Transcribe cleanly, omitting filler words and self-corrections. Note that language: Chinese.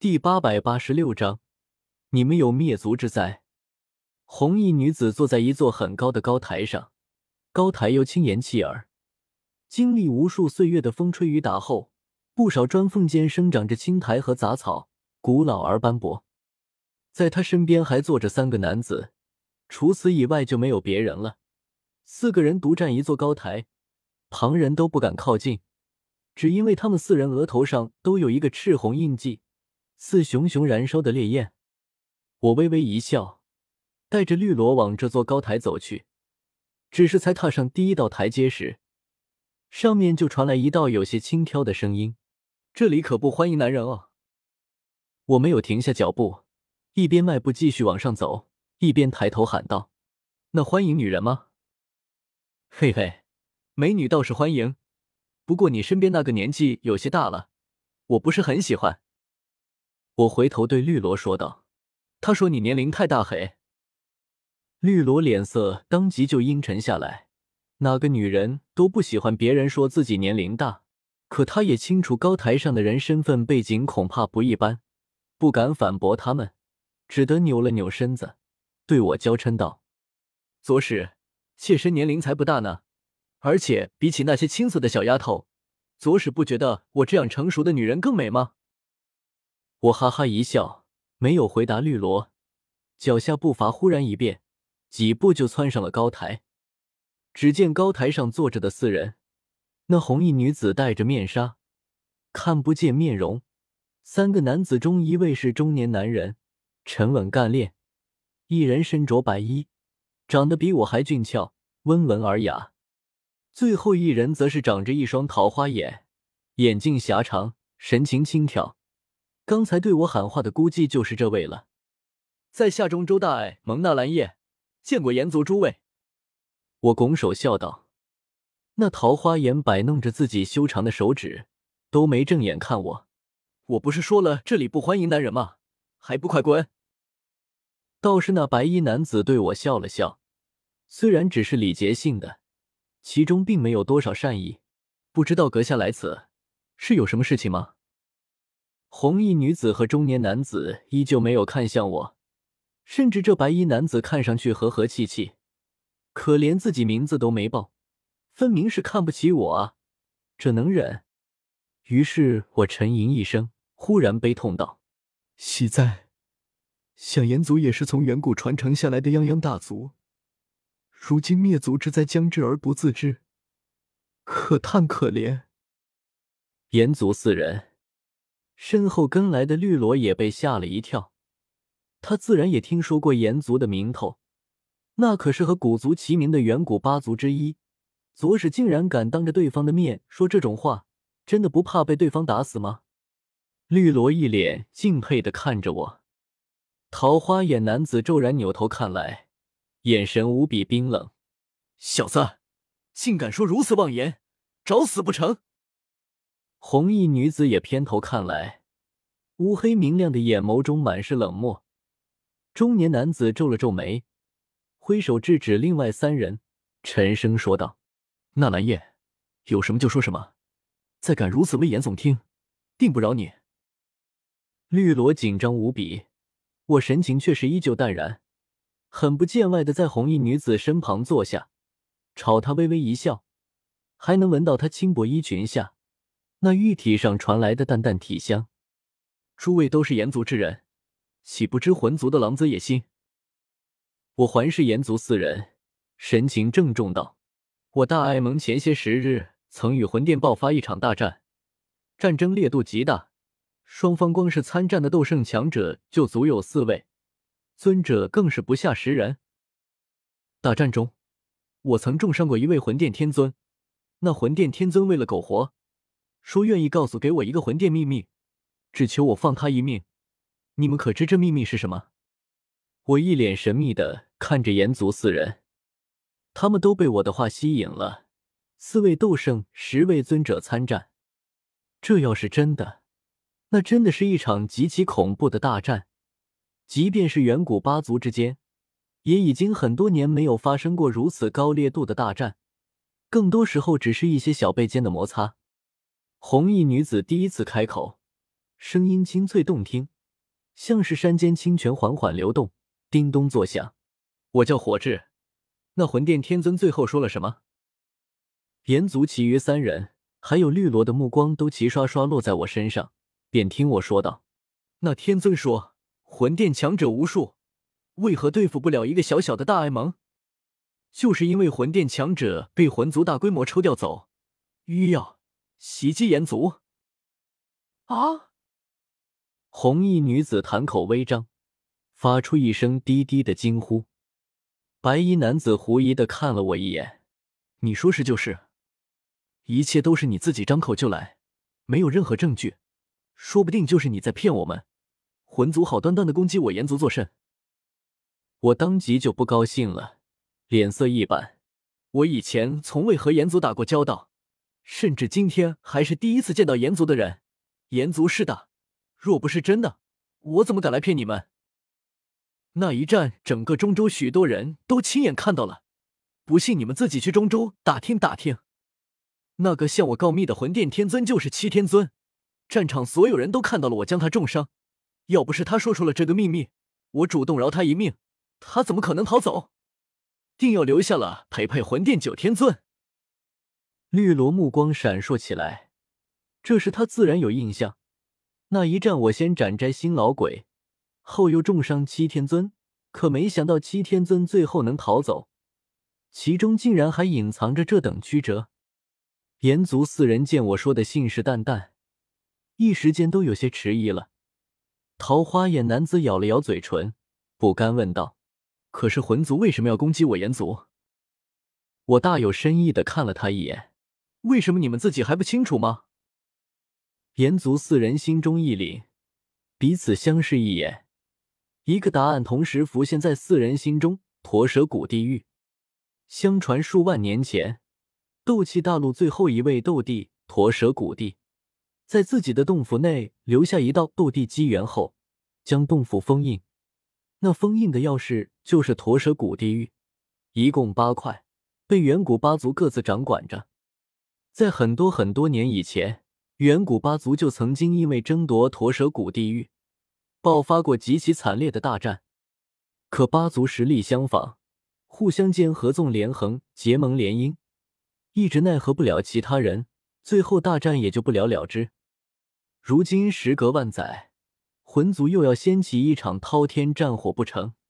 第886章，你们有灭族之灾。红衣女子坐在一座很高的高台上，高台又轻檐气耳，经历无数岁月的风吹雨打后，不少砖缝间生长着青苔和杂草，古老而斑驳。在她身边还坐着3个男子，除此以外就没有别人了。4个人独占一座高台，旁人都不敢靠近，只因为他们4人额头上都有一个赤红印记，似熊熊燃烧的烈焰。我微微一笑，带着绿萝往这座高台走去。只是才踏上第一道台阶时，上面就传来一道有些轻佻的声音：“这里可不欢迎男人哦。”我没有停下脚步，一边迈步继续往上走，一边抬头喊道：“那欢迎女人吗？”“嘿嘿，美女倒是欢迎，不过你身边那个年纪有些大了，我不是很喜欢。”我回头对绿萝说道：“他说你年龄太大嘿。”绿萝脸色当即就阴沉下来，哪个女人都不喜欢别人说自己年龄大，可她也清楚高台上的人身份背景恐怕不一般，不敢反驳他们，只得扭了扭身子，对我娇嗔道：“左使，妾身年龄才不大呢，而且比起那些青涩的小丫头，左使不觉得我这样成熟的女人更美吗？”我哈哈一笑，没有回答绿萝，脚下步伐忽然一变，几步就窜上了高台。只见高台上坐着的4人，那红衣女子戴着面纱，看不见面容。3个男子中一位是中年男人，沉稳干练，一人身着白衣，长得比我还俊俏，温文尔雅。最后一人则是长着一双桃花眼，眼睛狭长，神情轻佻。刚才对我喊话的估计就是这位了。在下中州大爱蒙纳兰叶，见过炎族诸位。我拱手笑道。那桃花眼摆弄着自己修长的手指，都没正眼看我。我不是说了这里不欢迎男人吗？还不快滚！倒是那白衣男子对我笑了笑，虽然只是礼节性的，其中并没有多少善意。不知道阁下来此是有什么事情吗？红衣女子和中年男子依旧没有看向我，甚至这白衣男子看上去和和气气，可连自己名字都没报，分明是看不起我啊，这能忍？于是我沉吟一声，忽然悲痛道：“喜哉，想炎族也是从远古传承下来的泱泱大族，如今灭族之灾将至而不自知，可叹可怜。”炎族4人，身后跟来的绿萝也被吓了一跳，他自然也听说过炎族的名头，那可是和古族齐名的远古8族之一，左使竟然敢当着对方的面说这种话，真的不怕被对方打死吗？绿萝一脸敬佩地看着我，桃花眼男子骤然扭头看来，眼神无比冰冷：“小子，竟敢说如此妄言，找死不成？”红衣女子也偏头看来，乌黑明亮的眼眸中满是冷漠。中年男子皱了皱眉，挥手制止另外3人，沉声说道：“纳兰叶，有什么就说什么，再敢如此危言耸听，定不饶你。”绿萝紧张无比，我神情却是依旧淡然，很不见外的在红衣女子身旁坐下，朝她微微一笑，还能闻到她轻薄衣裙下那玉体上传来的淡淡体香。诸位都是炎族之人，岂不知魂族的狼子野心？我环视炎族4人，神情郑重道：“我大爱盟前些时日曾与魂殿爆发一场大战，战争烈度极大，双方光是参战的斗圣强者就足有4位，尊者更是不下10人。大战中，我曾重伤过一位魂殿天尊，那魂殿天尊为了苟活，说愿意告诉给我一个魂殿秘密，只求我放他一命。你们可知这秘密是什么？”我一脸神秘地看着炎族4人，他们都被我的话吸引了。4位斗圣，10位尊者参战，这要是真的，那真的是一场极其恐怖的大战。即便是远古8族之间，也已经很多年没有发生过如此高烈度的大战，更多时候只是一些小辈间的摩擦。红衣女子第一次开口，声音清脆动听， 像是山间清泉缓缓流动，叮咚作响。我叫火炙，那魂殿天尊最后说了什么？炎族其余3人还有绿萝的目光都齐刷刷落在我身上，便听我说道：那天尊说魂殿强者无数，为何对付不了一个小小的大艾蒙？就是因为魂殿强者被魂族大规模抽调走，欲要袭击炎族。啊！红衣女子潭口微张，发出一声低低的惊呼。白衣男子狐疑地看了我一眼，你说是就是，一切都是你自己张口就来，没有任何证据，说不定就是你在骗我们。魂族好端端地攻击我炎族作甚？我当即就不高兴了，脸色一板。我以前从未和炎族打过交道，甚至今天还是第一次见到炎族的人。炎族是的，若不是真的，我怎么敢来骗你们？那一战，整个中州许多人都亲眼看到了，不信你们自己去中州打听打听。那个向我告密的魂殿天尊就是七天尊，战场所有人都看到了我将他重伤，要不是他说出了这个秘密，我主动饶他一命，他怎么可能逃走？定要留下了陪魂殿9天尊。绿萝目光闪烁起来，这时他自然有印象，那一战我先斩摘新老鬼，后又重伤七天尊，可没想到七天尊最后能逃走，其中竟然还隐藏着这等曲折。炎族4人见我说的信誓旦旦，一时间都有些迟疑了。桃花眼男子咬了咬嘴唇，不甘问道：可是魂族为什么要攻击我炎族？我大有深意地看了他一眼，为什么你们自己还不清楚吗？炎族4人心中一凛，彼此相视一眼，一个答案同时浮现在4人心中：驼蛇谷地狱。相传数万年前，斗气大陆最后一位斗帝驼蛇谷地，在自己的洞府内留下一道斗帝机缘后，将洞府封印。那封印的钥匙就是驼蛇谷地狱，一共8块，被远古8族各自掌管着。在很多很多年以前，远古8族就曾经因为争夺驼蛇谷地狱，爆发过极其惨烈的大战。可8族实力相仿，互相间合纵连横，结盟联姻，一直奈何不了其他人，最后大战也就不了了之。如今时隔万载，魂族又要掀起一场滔天战火不成？